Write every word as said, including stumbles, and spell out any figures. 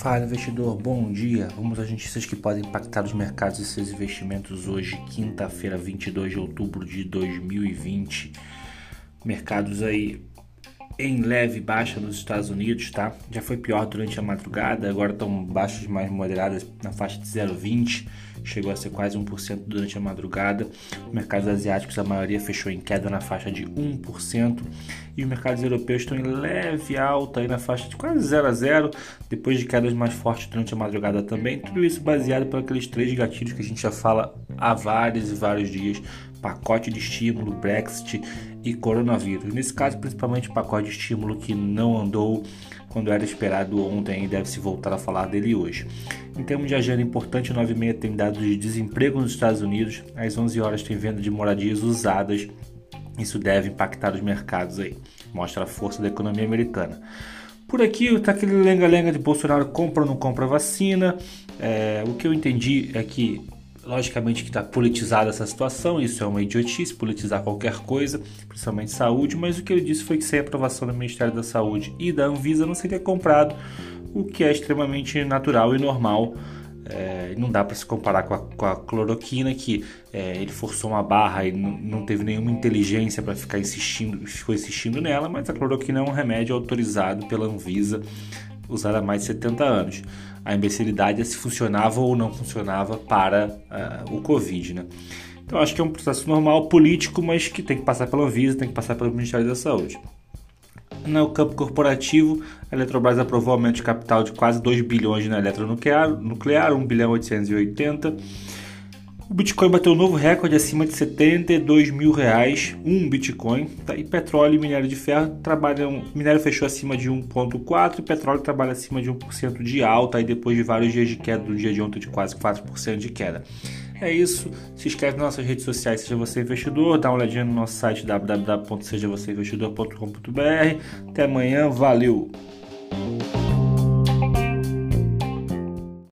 Fala, investidor, bom dia. Vamos às notícias que podem impactar os mercados e seus investimentos hoje, quinta-feira, vinte e dois de outubro de dois mil e vinte. Mercados aí em leve baixa nos Estados Unidos, tá? Já foi pior durante a madrugada, agora estão baixas mais moderadas na faixa de zero vírgula vinte, chegou a ser quase um por cento durante a madrugada. Os mercados asiáticos, a maioria fechou em queda na faixa de um por cento e os mercados europeus estão em leve alta aí na faixa de quase zero a zero, depois de quedas mais fortes durante a madrugada também. Tudo isso baseado por aqueles três gatilhos que a gente já fala há vários e vários dias: pacote de estímulo, Brexit e coronavírus. Nesse caso, principalmente o pacote de estímulo, que não andou quando era esperado ontem e deve se voltar a falar dele hoje. Em termos de agenda importante, nove e meia tem dados de desemprego nos Estados Unidos, às onze horas tem venda de moradias usadas. Isso deve impactar os mercados aí, mostra a força da economia americana. Por aqui está aquele lenga-lenga de Bolsonaro compra ou não compra vacina. É, o que eu entendi é que, logicamente, que está politizada essa situação, isso é uma idiotice, politizar qualquer coisa, principalmente saúde, mas o que ele disse foi que sem aprovação do Ministério da Saúde e da Anvisa não seria comprado, o que é extremamente natural e normal. É, não dá para se comparar com a, com a cloroquina, que é, ele forçou uma barra e não, não teve nenhuma inteligência para ficar insistindo, ficou insistindo nela, mas a cloroquina é um remédio autorizado pela Anvisa, usado há mais de setenta anos. A imbecilidade é se funcionava ou não funcionava para uh, o Covid, né? Então acho que é um processo normal, político, mas que tem que passar pela Anvisa, tem que passar pelo Ministério da Saúde. No campo corporativo, a Eletrobras aprovou aumento de capital de quase dois bilhões na eletronuclear, nuclear, um bilhão oitocentos e oitenta. O Bitcoin bateu um novo recorde acima de setenta e dois mil reais, um Bitcoin. Tá? E petróleo e minério de ferro trabalham. Minério fechou acima de um vírgula quatro por cento e petróleo trabalha acima de um por cento de alta, aí depois de vários dias de queda, do dia de ontem de quase quatro por cento de queda. É isso. Se inscreve nas nossas redes sociais, Seja Você Investidor. Dá uma olhadinha no nosso site w w w ponto seja você investidor ponto com ponto b r. Até amanhã. Valeu!